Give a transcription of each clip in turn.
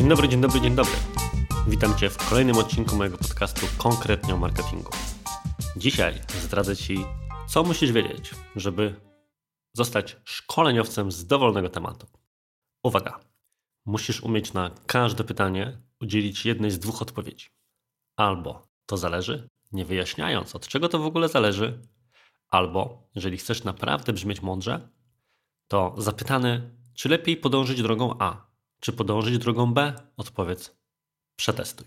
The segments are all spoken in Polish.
Dzień dobry. Witam Cię w kolejnym odcinku mojego podcastu Konkretnie o marketingu. Dzisiaj zdradzę Ci, co musisz wiedzieć, żeby zostać szkoleniowcem z dowolnego tematu. Uwaga! Musisz umieć na każde pytanie udzielić jednej z dwóch odpowiedzi. Albo to zależy, nie wyjaśniając, od czego to w ogóle zależy, albo, jeżeli chcesz naprawdę brzmieć mądrze, to zapytany, czy lepiej podążyć drogą A, czy podążyć drogą B, odpowiedz: przetestuj.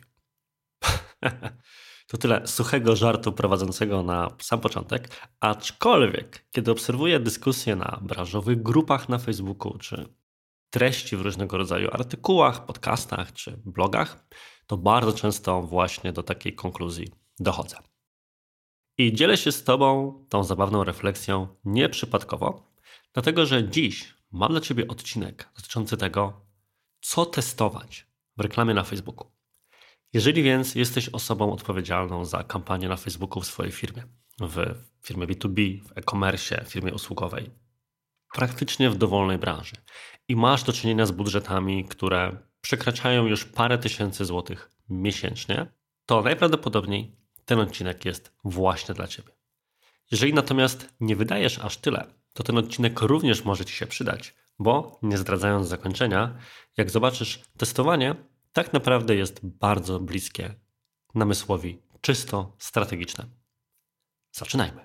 To tyle suchego żartu prowadzącego na sam początek, aczkolwiek kiedy obserwuję dyskusje na branżowych grupach na Facebooku, czy treści w różnego rodzaju artykułach, podcastach czy blogach, to bardzo często właśnie do takiej konkluzji dochodzę. I dzielę się z Tobą tą zabawną refleksją nieprzypadkowo, dlatego że dziś mam dla Ciebie odcinek dotyczący tego, co testować w reklamie na Facebooku. Jeżeli więc jesteś osobą odpowiedzialną za kampanię na Facebooku w swojej firmie, w firmie B2B, w e-commerce, firmie usługowej, praktycznie w dowolnej branży i masz do czynienia z budżetami, które przekraczają już parę tysięcy złotych miesięcznie, to najprawdopodobniej ten odcinek jest właśnie dla Ciebie. Jeżeli natomiast nie wydajesz aż tyle, to ten odcinek również może Ci się przydać, bo nie zdradzając zakończenia, jak zobaczysz, testowanie tak naprawdę jest bardzo bliskie namysłowi czysto strategiczne. Zaczynajmy.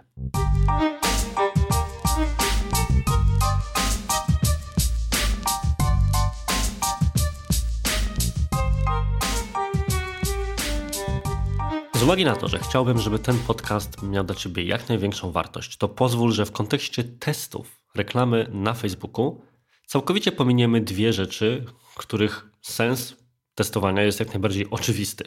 Z uwagi na to, że chciałbym, żeby ten podcast miał dla Ciebie jak największą wartość, to pozwól, że w kontekście testów reklamy na Facebooku całkowicie pominiemy dwie rzeczy, których sens testowania jest jak najbardziej oczywisty.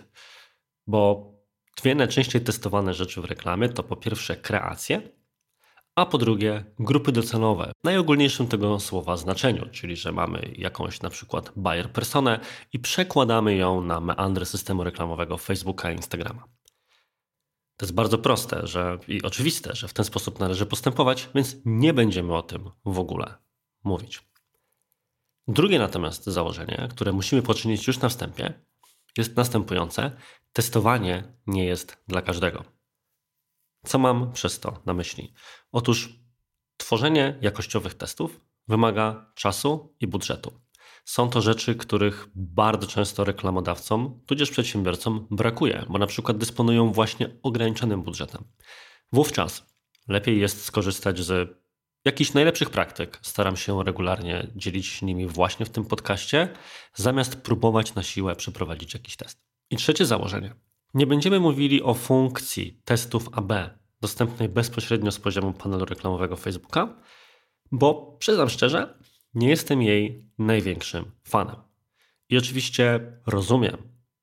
Bo dwie najczęściej testowane rzeczy w reklamie to po pierwsze kreacje, a po drugie grupy docelowe w najogólniejszym tego słowa znaczeniu, czyli że mamy jakąś na przykład buyer personę i przekładamy ją na meandry systemu reklamowego Facebooka i Instagrama. To jest bardzo proste i oczywiste, że w ten sposób należy postępować, więc nie będziemy o tym w ogóle mówić. Drugie natomiast założenie, które musimy poczynić już na wstępie, jest następujące. Testowanie nie jest dla każdego. Co mam przez to na myśli? Otóż tworzenie jakościowych testów wymaga czasu i budżetu. Są to rzeczy, których bardzo często reklamodawcom, tudzież przedsiębiorcom brakuje, bo na przykład dysponują właśnie ograniczonym budżetem. Wówczas lepiej jest skorzystać z jakichś najlepszych praktyk. Staram się regularnie dzielić nimi właśnie w tym podcaście, zamiast próbować na siłę przeprowadzić jakiś test. I trzecie założenie. Nie będziemy mówili o funkcji testów AB dostępnej bezpośrednio z poziomu panelu reklamowego Facebooka, bo przyznam szczerze, nie jestem jej największym fanem. I oczywiście rozumiem,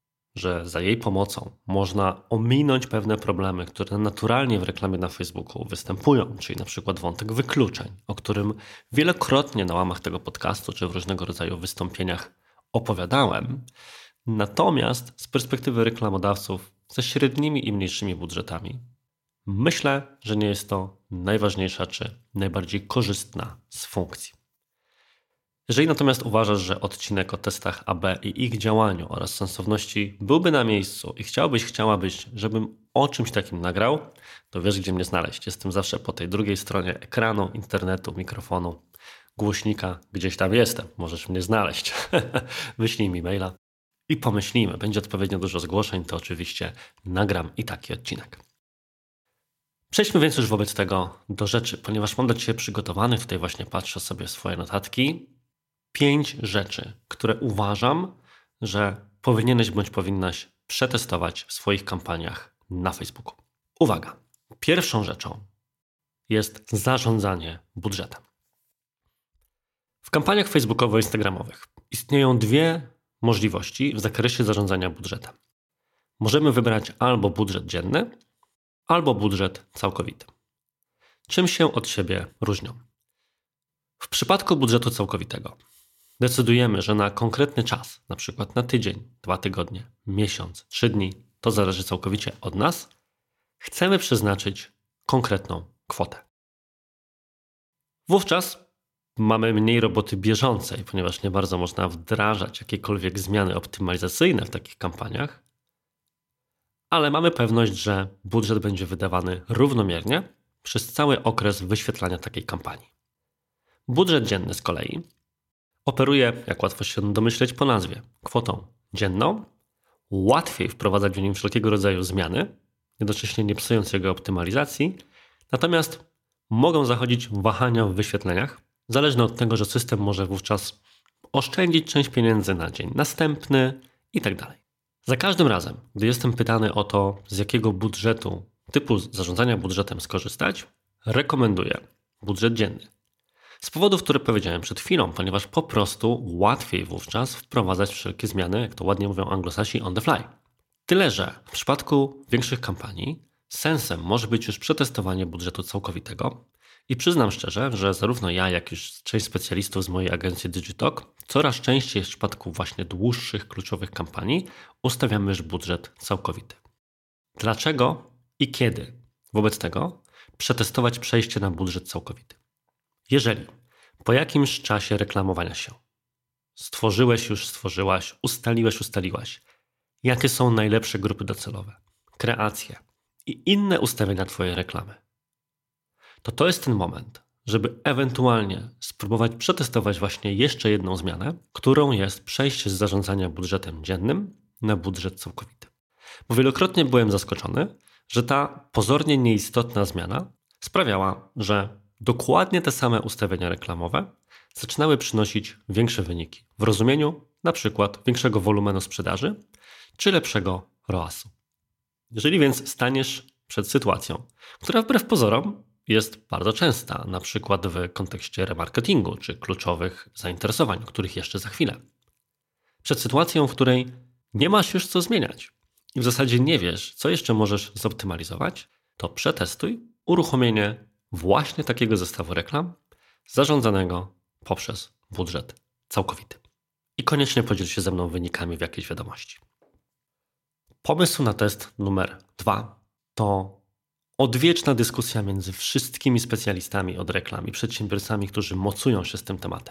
że za jej pomocą można ominąć pewne problemy, które naturalnie w reklamie na Facebooku występują, czyli na przykład wątek wykluczeń, o którym wielokrotnie na łamach tego podcastu czy w różnego rodzaju wystąpieniach opowiadałem. Natomiast z perspektywy reklamodawców ze średnimi i mniejszymi budżetami myślę, że nie jest to najważniejsza czy najbardziej korzystna z funkcji. Jeżeli natomiast uważasz, że odcinek o testach AB i ich działaniu oraz sensowności byłby na miejscu i chciałabyś, żebym o czymś takim nagrał, to wiesz, gdzie mnie znaleźć. Jestem zawsze po tej drugiej stronie ekranu, internetu, mikrofonu, głośnika. Gdzieś tam jestem. Możesz mnie znaleźć. Wyślij mi maila i pomyślimy. Będzie odpowiednio dużo zgłoszeń, to oczywiście nagram i taki odcinek. Przejdźmy więc już wobec tego do rzeczy, ponieważ mam dla Ciebie przygotowanych, tutaj właśnie patrzę sobie w swoje notatki, 5 rzeczy, które uważam, że powinieneś bądź powinnaś przetestować w swoich kampaniach na Facebooku. Uwaga! Pierwszą rzeczą jest zarządzanie budżetem. W kampaniach facebookowo-instagramowych istnieją dwie możliwości w zakresie zarządzania budżetem. Możemy wybrać albo budżet dzienny, albo budżet całkowity. Czym się od siebie różnią? W przypadku budżetu całkowitego decydujemy, że na konkretny czas, na przykład na tydzień, 2 tygodnie, miesiąc, 3 dni, to zależy całkowicie od nas, chcemy przeznaczyć konkretną kwotę. Wówczas mamy mniej roboty bieżącej, ponieważ nie bardzo można wdrażać jakiekolwiek zmiany optymalizacyjne w takich kampaniach, ale mamy pewność, że budżet będzie wydawany równomiernie przez cały okres wyświetlania takiej kampanii. Budżet dzienny z kolei operuje, jak łatwo się domyśleć po nazwie, kwotą dzienną. Łatwiej wprowadzać w nim wszelkiego rodzaju zmiany, jednocześnie nie psując jego optymalizacji, natomiast mogą zachodzić wahania w wyświetleniach, zależne od tego, że system może wówczas oszczędzić część pieniędzy na dzień następny itd. Za każdym razem, gdy jestem pytany o to, z jakiego budżetu, typu zarządzania budżetem skorzystać, rekomenduję budżet dzienny. Z powodów, które powiedziałem przed chwilą, ponieważ po prostu łatwiej wówczas wprowadzać wszelkie zmiany, jak to ładnie mówią Anglosasi, on the fly. Tyle, że w przypadku większych kampanii sensem może być już przetestowanie budżetu całkowitego i przyznam szczerze, że zarówno ja, jak i część specjalistów z mojej agencji Digitalk coraz częściej w przypadku właśnie dłuższych, kluczowych kampanii ustawiamy już budżet całkowity. Dlaczego i kiedy? Wobec tego przetestować przejście na budżet całkowity. Jeżeli po jakimś czasie reklamowania się stworzyłaś, ustaliłaś, jakie są najlepsze grupy docelowe, kreacje i inne ustawienia Twojej reklamy, to jest ten moment, żeby ewentualnie spróbować przetestować właśnie jeszcze jedną zmianę, którą jest przejście z zarządzania budżetem dziennym na budżet całkowity. Bo wielokrotnie byłem zaskoczony, że ta pozornie nieistotna zmiana sprawiała, że dokładnie te same ustawienia reklamowe zaczynały przynosić większe wyniki w rozumieniu na przykład większego wolumenu sprzedaży czy lepszego ROAS-u. Jeżeli więc staniesz przed sytuacją, która wbrew pozorom jest bardzo częsta, na przykład w kontekście remarketingu czy kluczowych zainteresowań, których jeszcze za chwilę. Przed sytuacją, w której nie masz już co zmieniać i w zasadzie nie wiesz, co jeszcze możesz zoptymalizować, to przetestuj uruchomienie właśnie takiego zestawu reklam zarządzanego poprzez budżet całkowity. I koniecznie podziel się ze mną wynikami w jakiejś wiadomości. Pomysł na test numer 2 to odwieczna dyskusja między wszystkimi specjalistami od reklam i przedsiębiorcami, którzy mocują się z tym tematem.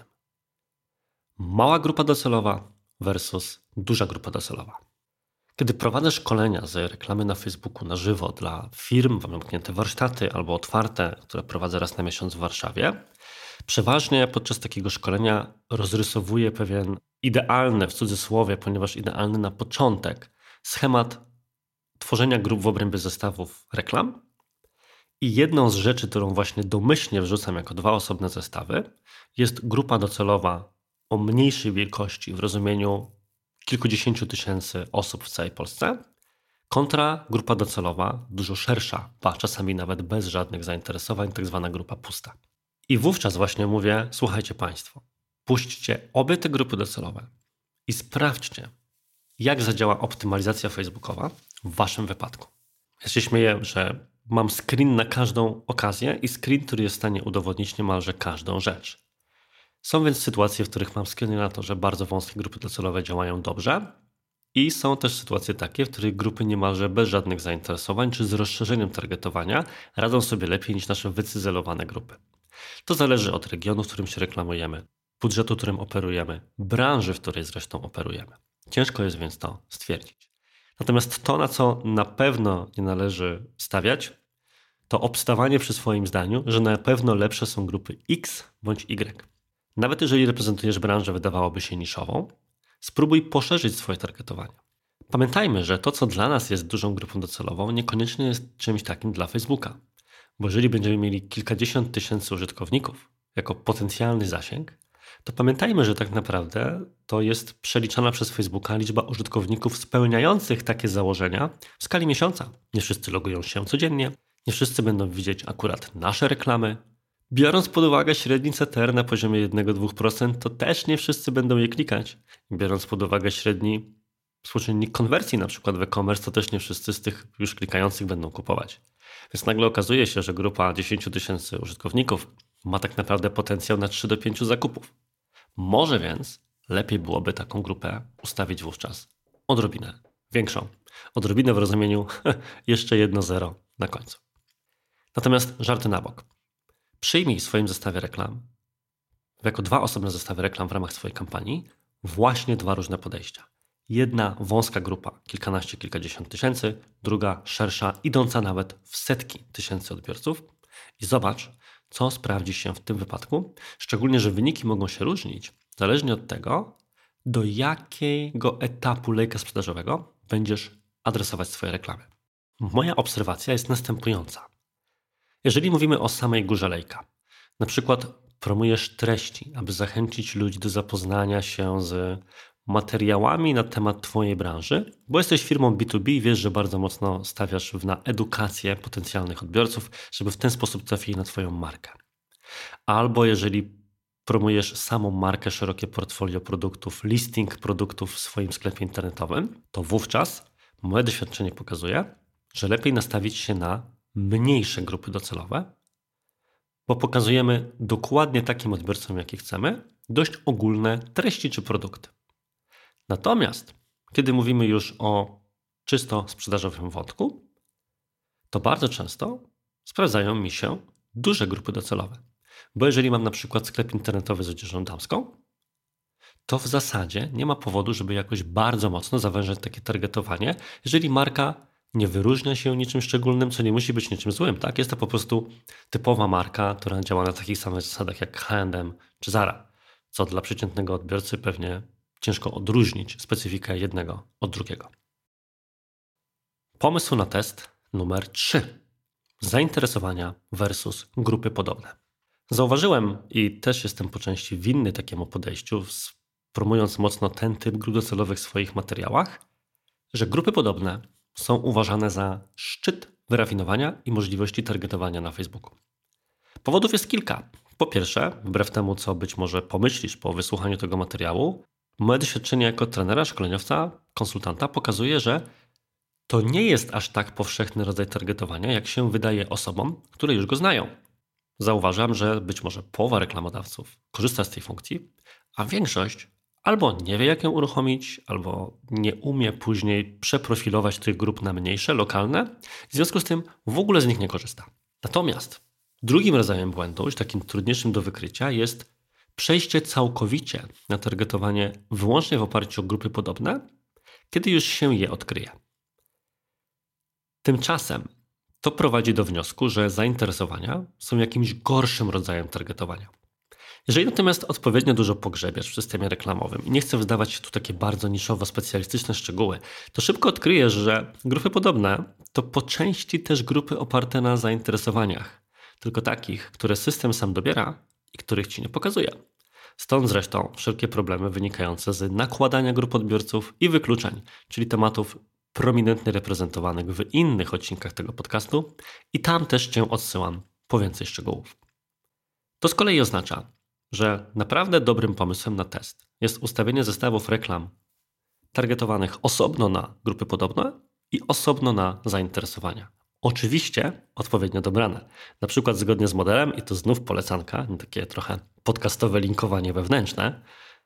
Mała grupa docelowa versus duża grupa docelowa. Kiedy prowadzę szkolenia z reklamy na Facebooku na żywo dla firm, mam zamknięte warsztaty albo otwarte, które prowadzę raz na miesiąc w Warszawie, przeważnie podczas takiego szkolenia rozrysowuję pewien idealny, w cudzysłowie, ponieważ idealny na początek, schemat tworzenia grup w obrębie zestawów reklam. I jedną z rzeczy, którą właśnie domyślnie wrzucam jako 2 osobne zestawy, jest grupa docelowa o mniejszej wielkości w rozumieniu kilkudziesięciu tysięcy osób w całej Polsce, kontra grupa docelowa dużo szersza, czasami nawet bez żadnych zainteresowań, tak zwana grupa pusta. I wówczas właśnie mówię, słuchajcie Państwo, puśćcie obie te grupy docelowe i sprawdźcie, jak zadziała optymalizacja facebookowa w Waszym wypadku. Ja się śmieję, że mam screen na każdą okazję i screen, który jest w stanie udowodnić niemalże każdą rzecz. Są więc sytuacje, w których mam screeny na to, że bardzo wąskie grupy docelowe działają dobrze i są też sytuacje takie, w których grupy niemalże bez żadnych zainteresowań czy z rozszerzeniem targetowania radzą sobie lepiej niż nasze wycyzelowane grupy. To zależy od regionu, w którym się reklamujemy, budżetu, którym operujemy, branży, w której zresztą operujemy. Ciężko jest więc to stwierdzić. Natomiast to, na co na pewno nie należy stawiać, to obstawanie przy swoim zdaniu, że na pewno lepsze są grupy X bądź Y. Nawet jeżeli reprezentujesz branżę, wydawałoby się niszową, spróbuj poszerzyć swoje targetowanie. Pamiętajmy, że to, co dla nas jest dużą grupą docelową, niekoniecznie jest czymś takim dla Facebooka. Bo jeżeli będziemy mieli kilkadziesiąt tysięcy użytkowników jako potencjalny zasięg, to pamiętajmy, że tak naprawdę to jest przeliczana przez Facebooka liczba użytkowników spełniających takie założenia w skali miesiąca. Nie wszyscy logują się codziennie, nie wszyscy będą widzieć akurat nasze reklamy. Biorąc pod uwagę średni CTR na poziomie 1-2%, to też nie wszyscy będą je klikać. Biorąc pod uwagę średni współczynnik konwersji na przykład w e-commerce, to też nie wszyscy z tych już klikających będą kupować. Więc nagle okazuje się, że grupa 10 tysięcy użytkowników ma tak naprawdę potencjał na 3 do 5 zakupów. Może więc lepiej byłoby taką grupę ustawić wówczas odrobinę większą. Odrobinę w rozumieniu jeszcze 1 zero na końcu. Natomiast żarty na bok. Przyjmij w swoim zestawie reklam jako dwa osobne zestawy reklam w ramach swojej kampanii właśnie dwa różne podejścia. Jedna wąska grupa, kilkanaście, kilkadziesiąt tysięcy, druga szersza, idąca nawet w setki tysięcy odbiorców. I zobacz, co sprawdzi się w tym wypadku, szczególnie, że wyniki mogą się różnić zależnie od tego, do jakiego etapu lejka sprzedażowego będziesz adresować swoje reklamy. Moja obserwacja jest następująca. Jeżeli mówimy o samej górze lejka, na przykład promujesz treści, aby zachęcić ludzi do zapoznania się z materiałami na temat Twojej branży, bo jesteś firmą B2B i wiesz, że bardzo mocno stawiasz na edukację potencjalnych odbiorców, żeby w ten sposób trafili na Twoją markę. Albo jeżeli promujesz samą markę, szerokie portfolio produktów, listing produktów w swoim sklepie internetowym, to wówczas moje doświadczenie pokazuje, że lepiej nastawić się na mniejsze grupy docelowe, bo pokazujemy dokładnie takim odbiorcom, jaki chcemy, dość ogólne treści czy produkty. Natomiast, kiedy mówimy już o czysto sprzedażowym wątku, to bardzo często sprawdzają mi się duże grupy docelowe. Bo jeżeli mam na przykład sklep internetowy z odzieżą damską, to w zasadzie nie ma powodu, żeby jakoś bardzo mocno zawężać takie targetowanie, jeżeli marka nie wyróżnia się niczym szczególnym, co nie musi być niczym złym. Tak? Jest to po prostu typowa marka, która działa na takich samych zasadach jak H&M czy Zara, co dla przeciętnego odbiorcy pewnie ciężko odróżnić specyfikę jednego od drugiego. Pomysł na test numer 3. Zainteresowania versus grupy podobne. Zauważyłem i też jestem po części winny takiemu podejściu, promując mocno ten typ grup docelowych w swoich materiałach, że grupy podobne są uważane za szczyt wyrafinowania i możliwości targetowania na Facebooku. Powodów jest kilka. Po pierwsze, wbrew temu, co być może pomyślisz po wysłuchaniu tego materiału, moje doświadczenie jako trenera, szkoleniowca, konsultanta pokazuje, że to nie jest aż tak powszechny rodzaj targetowania, jak się wydaje osobom, które już go znają. Zauważam, że być może połowa reklamodawców korzysta z tej funkcji, a większość albo nie wie, jak ją uruchomić, albo nie umie później przeprofilować tych grup na mniejsze, lokalne, w związku z tym w ogóle z nich nie korzysta. Natomiast drugim rodzajem błędu, już takim trudniejszym do wykrycia, jest przejście całkowicie na targetowanie wyłącznie w oparciu o grupy podobne, kiedy już się je odkryje. Tymczasem to prowadzi do wniosku, że zainteresowania są jakimś gorszym rodzajem targetowania. Jeżeli natomiast odpowiednio dużo pogrzebiesz w systemie reklamowym i nie chcę wdawać się tu takie bardzo niszowo specjalistyczne szczegóły, to szybko odkryjesz, że grupy podobne to po części też grupy oparte na zainteresowaniach, tylko takich, które system sam dobiera i których ci nie pokazuje. Stąd zresztą wszelkie problemy wynikające z nakładania grup odbiorców i wykluczeń, czyli tematów prominentnie reprezentowanych w innych odcinkach tego podcastu i tam też Cię odsyłam po więcej szczegółów. To z kolei oznacza, że naprawdę dobrym pomysłem na test jest ustawienie zestawów reklam targetowanych osobno na grupy podobne i osobno na zainteresowania. Oczywiście odpowiednio dobrane. Na przykład zgodnie z modelem, i to znów polecanka, takie trochę podcastowe linkowanie wewnętrzne,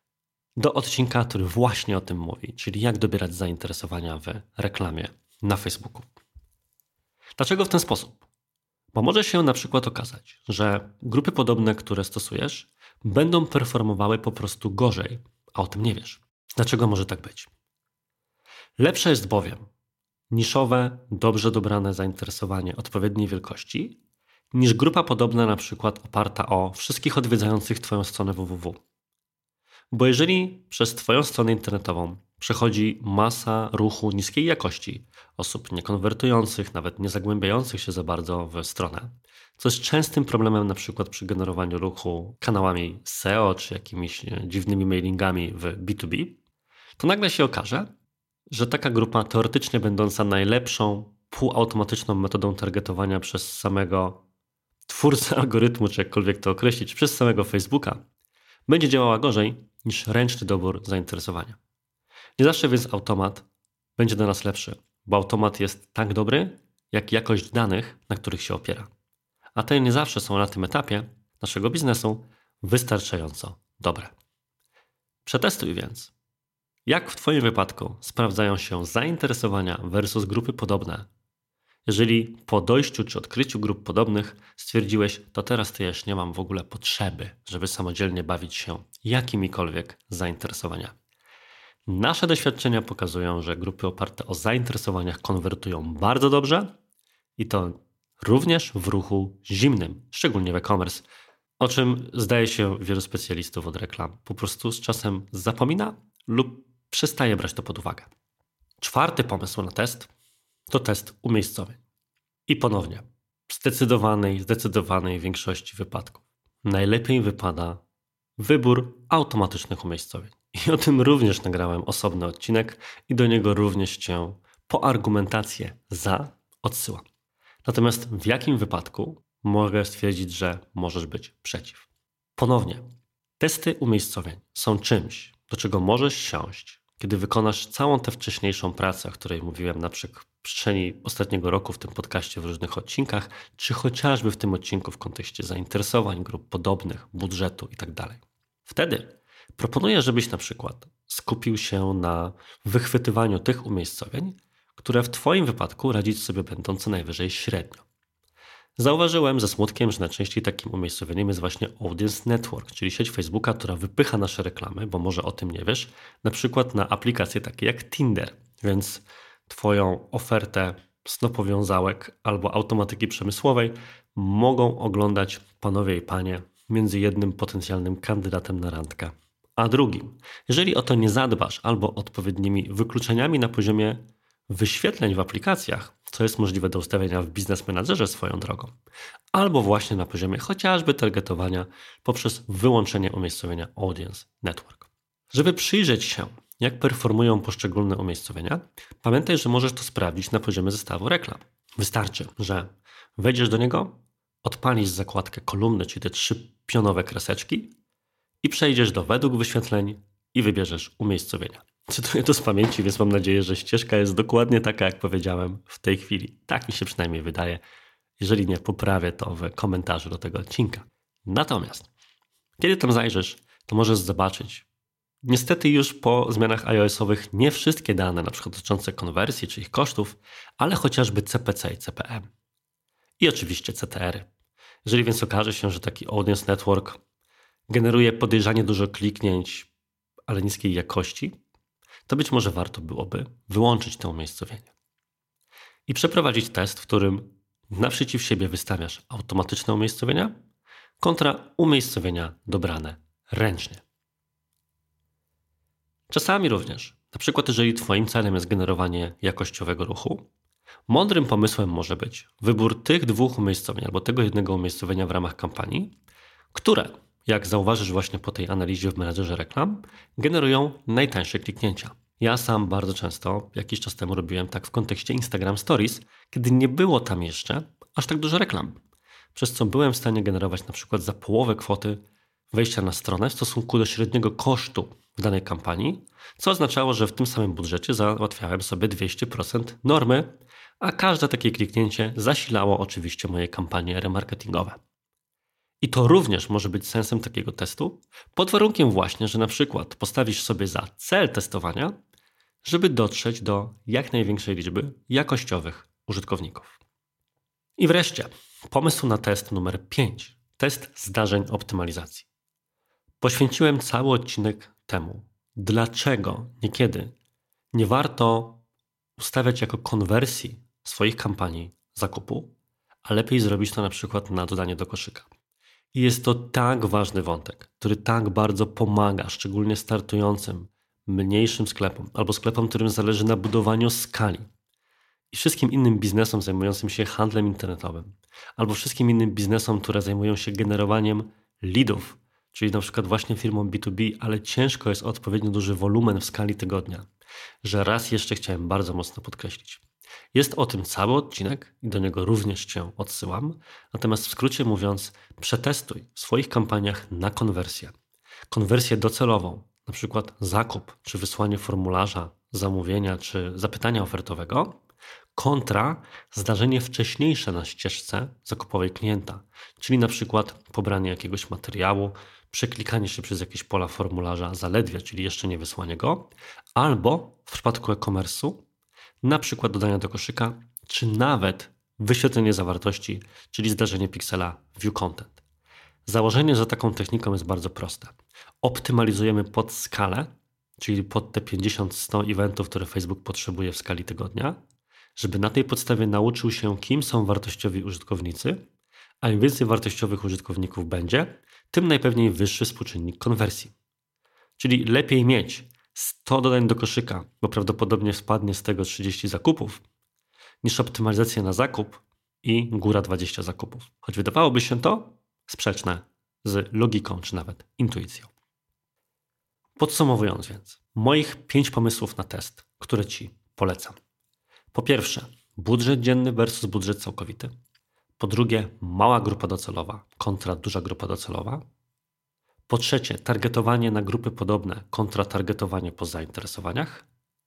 do odcinka, który właśnie o tym mówi, czyli jak dobierać zainteresowania w reklamie na Facebooku. Dlaczego w ten sposób? Bo może się na przykład okazać, że grupy podobne, które stosujesz, będą performowały po prostu gorzej, a o tym nie wiesz. Dlaczego może tak być? Lepsze jest bowiem niszowe, dobrze dobrane zainteresowanie odpowiedniej wielkości niż grupa podobna, na przykład oparta o wszystkich odwiedzających Twoją stronę www. Bo jeżeli przez Twoją stronę internetową przechodzi masa ruchu niskiej jakości, osób niekonwertujących, nawet nie zagłębiających się za bardzo w stronę, co jest częstym problemem na przykład przy generowaniu ruchu kanałami SEO czy jakimiś dziwnymi mailingami w B2B, to nagle się okaże, że taka grupa teoretycznie będąca najlepszą półautomatyczną metodą targetowania przez samego twórcę algorytmu, czy jakkolwiek to określić, przez samego Facebooka, będzie działała gorzej niż ręczny dobór zainteresowania. Nie zawsze więc automat będzie dla nas lepszy, bo automat jest tak dobry, jak jakość danych, na których się opiera. A te nie zawsze są na tym etapie naszego biznesu wystarczająco dobre. Przetestuj więc, jak w Twoim wypadku sprawdzają się zainteresowania versus grupy podobne, Jeżeli po dojściu czy odkryciu grup podobnych stwierdziłeś, to teraz to ja już nie mam w ogóle potrzeby, żeby samodzielnie bawić się jakimikolwiek zainteresowaniami. Nasze doświadczenia pokazują, że grupy oparte o zainteresowaniach konwertują bardzo dobrze i to również w ruchu zimnym, szczególnie w e-commerce, o czym zdaje się wielu specjalistów od reklam po prostu z czasem zapomina lub przestaje brać to pod uwagę. Czwarty pomysł na test to test umiejscowień. I ponownie, w zdecydowanej większości wypadków najlepiej wypada wybór automatycznych umiejscowień. I o tym również nagrałem osobny odcinek i do niego również Cię po argumentację za odsyłam. Natomiast w jakim wypadku mogę stwierdzić, że możesz być przeciw? Ponownie, testy umiejscowień są czymś, do czego możesz siąść, kiedy wykonasz całą tę wcześniejszą pracę, o której mówiłem na przestrzeni ostatniego roku w tym podcaście w różnych odcinkach, czy chociażby w tym odcinku w kontekście zainteresowań, grup podobnych, budżetu itd. Wtedy proponuję, żebyś na przykład skupił się na wychwytywaniu tych umiejscowień, które w Twoim wypadku radzić sobie będą co najwyżej średnio. Zauważyłem ze smutkiem, że najczęściej takim umiejscowieniem jest właśnie Audience Network, czyli sieć Facebooka, która wypycha nasze reklamy, bo może o tym nie wiesz, na przykład na aplikacje takie jak Tinder, więc Twoją ofertę snopowiązałek albo automatyki przemysłowej mogą oglądać panowie i panie między jednym potencjalnym kandydatem na randkę a drugim. Jeżeli o to nie zadbasz albo odpowiednimi wykluczeniami na poziomie wyświetleń w aplikacjach, co jest możliwe do ustawienia w Business Managerze swoją drogą, albo właśnie na poziomie chociażby targetowania poprzez wyłączenie umiejscowienia Audience Network. Żeby przyjrzeć się, jak performują poszczególne umiejscowienia, pamiętaj, że możesz to sprawdzić na poziomie zestawu reklam. Wystarczy, że wejdziesz do niego, odpalisz zakładkę kolumny, czyli te 3 pionowe kreseczki i przejdziesz do według wyświetleń i wybierzesz umiejscowienia. Cytuję to z pamięci, więc mam nadzieję, że ścieżka jest dokładnie taka, jak powiedziałem w tej chwili. Tak mi się przynajmniej wydaje. Jeżeli nie, poprawię to w komentarzu do tego odcinka. Natomiast, kiedy tam zajrzysz, to możesz zobaczyć, niestety już po zmianach iOS-owych nie wszystkie dane, na przykład dotyczące konwersji czy ich kosztów, ale chociażby CPC i CPM. I oczywiście CTR-y. Jeżeli więc okaże się, że taki Audience Network generuje podejrzanie dużo kliknięć, ale niskiej jakości, to być może warto byłoby wyłączyć to umiejscowienie i przeprowadzić test, w którym naprzeciw siebie wystawiasz automatyczne umiejscowienia kontra umiejscowienia dobrane ręcznie. Czasami również, na przykład jeżeli Twoim celem jest generowanie jakościowego ruchu, mądrym pomysłem może być wybór tych 2 umiejscowień albo tego jednego umiejscowienia w ramach kampanii, które, jak zauważysz właśnie po tej analizie w menadżerze reklam, generują najtańsze kliknięcia. Ja sam bardzo często, jakiś czas temu robiłem tak w kontekście Instagram Stories, kiedy nie było tam jeszcze aż tak dużo reklam, przez co byłem w stanie generować na przykład za połowę kwoty wejścia na stronę w stosunku do średniego kosztu w danej kampanii, co oznaczało, że w tym samym budżecie załatwiałem sobie 200% normy, a każde takie kliknięcie zasilało oczywiście moje kampanie remarketingowe. I to również może być sensem takiego testu, pod warunkiem właśnie, że na przykład postawisz sobie za cel testowania, żeby dotrzeć do jak największej liczby jakościowych użytkowników. I wreszcie pomysł na test numer 5. Test zdarzeń optymalizacji. Poświęciłem cały odcinek temu, dlaczego niekiedy nie warto ustawiać jako konwersji swoich kampanii zakupu, a lepiej zrobić to na przykład na dodanie do koszyka. I jest to tak ważny wątek, który tak bardzo pomaga, szczególnie startującym, mniejszym sklepom albo sklepom, którym zależy na budowaniu skali i wszystkim innym biznesom zajmującym się handlem internetowym albo wszystkim innym biznesom, które zajmują się generowaniem leadów, czyli na przykład właśnie firmom B2B, ale ciężko jest o odpowiednio duży wolumen w skali tygodnia, że raz jeszcze chciałem bardzo mocno podkreślić. Jest o tym cały odcinek i do niego również Cię odsyłam. Natomiast w skrócie mówiąc, przetestuj w swoich kampaniach na konwersję. Konwersję docelową, na przykład zakup, czy wysłanie formularza, zamówienia, czy zapytania ofertowego, kontra zdarzenie wcześniejsze na ścieżce zakupowej klienta, czyli na przykład pobranie jakiegoś materiału, przeklikanie się przez jakieś pola formularza zaledwie, czyli jeszcze nie wysłanie go, albo w przypadku e-commerce'u na przykład dodania do koszyka, czy nawet wyświetlenie zawartości, czyli zdarzenie piksela View Content. Założenie za taką techniką jest bardzo proste. Optymalizujemy pod skalę, czyli pod te 50-100 eventów, które Facebook potrzebuje w skali tygodnia, żeby na tej podstawie nauczył się, kim są wartościowi użytkownicy, a im więcej wartościowych użytkowników będzie, tym najpewniej wyższy współczynnik konwersji. Czyli lepiej mieć 100 dodań do koszyka, bo prawdopodobnie spadnie z tego 30 zakupów, niż optymalizacja na zakup i góra 20 zakupów. Choć wydawałoby się to sprzeczne z logiką czy nawet intuicją. Podsumowując więc, moich 5 pomysłów na test, które Ci polecam. Po pierwsze, budżet dzienny versus budżet całkowity. Po drugie, mała grupa docelowa kontra duża grupa docelowa. Po trzecie, targetowanie na grupy podobne kontra targetowanie po zainteresowaniach.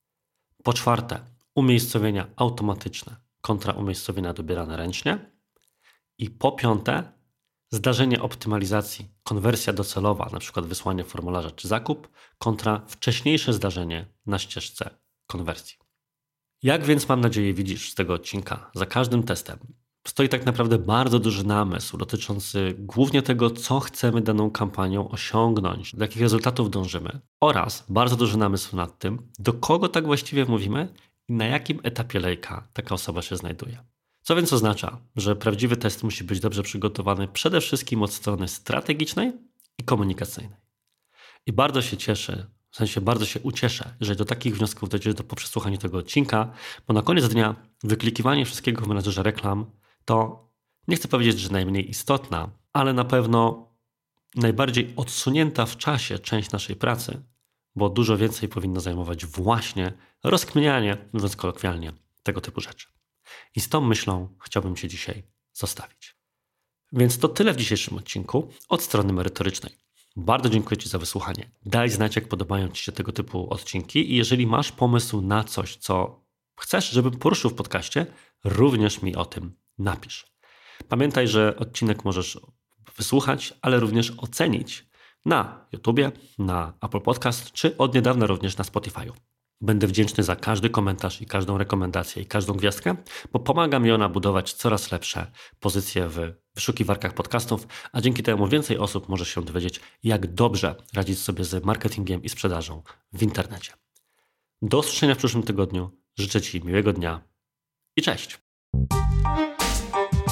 Po czwarte, umiejscowienia automatyczne kontra umiejscowienia dobierane ręcznie. I po piąte, zdarzenie optymalizacji, konwersja docelowa, np. wysłanie formularza czy zakup, kontra wcześniejsze zdarzenie na ścieżce konwersji. Jak więc, mam nadzieję, widzisz z tego odcinka, za każdym testem stoi tak naprawdę bardzo duży namysł dotyczący głównie tego, co chcemy daną kampanią osiągnąć, do jakich rezultatów dążymy, oraz bardzo duży namysł nad tym, do kogo tak właściwie mówimy i na jakim etapie lejka taka osoba się znajduje. Co więc oznacza, że prawdziwy test musi być dobrze przygotowany przede wszystkim od strony strategicznej i komunikacyjnej. I bardzo się cieszę, w sensie bardzo się ucieszę, jeżeli do takich wniosków dojdziesz po przesłuchaniu tego odcinka, bo na koniec dnia wyklikiwanie wszystkiego w menedżerze reklam to, nie chcę powiedzieć, że najmniej istotna, ale na pewno najbardziej odsunięta w czasie część naszej pracy, bo dużo więcej powinno zajmować właśnie rozkminianie, mówiąc kolokwialnie, tego typu rzeczy. I z tą myślą chciałbym Cię dzisiaj zostawić. Więc to tyle w dzisiejszym odcinku od strony merytorycznej. Bardzo dziękuję Ci za wysłuchanie. Daj znać, jak podobają Ci się tego typu odcinki i jeżeli masz pomysł na coś, co chcesz, żebym poruszył w podcaście, również mi o tym napisz. Pamiętaj, że odcinek możesz wysłuchać, ale również ocenić na YouTubie, na Apple Podcast, czy od niedawna również na Spotify'u. Będę wdzięczny za każdy komentarz i każdą rekomendację i każdą gwiazdkę, bo pomaga mi ona budować coraz lepsze pozycje w wyszukiwarkach podcastów, a dzięki temu więcej osób może się dowiedzieć, jak dobrze radzić sobie z marketingiem i sprzedażą w internecie. Do usłyszenia w przyszłym tygodniu. Życzę Ci miłego dnia i cześć!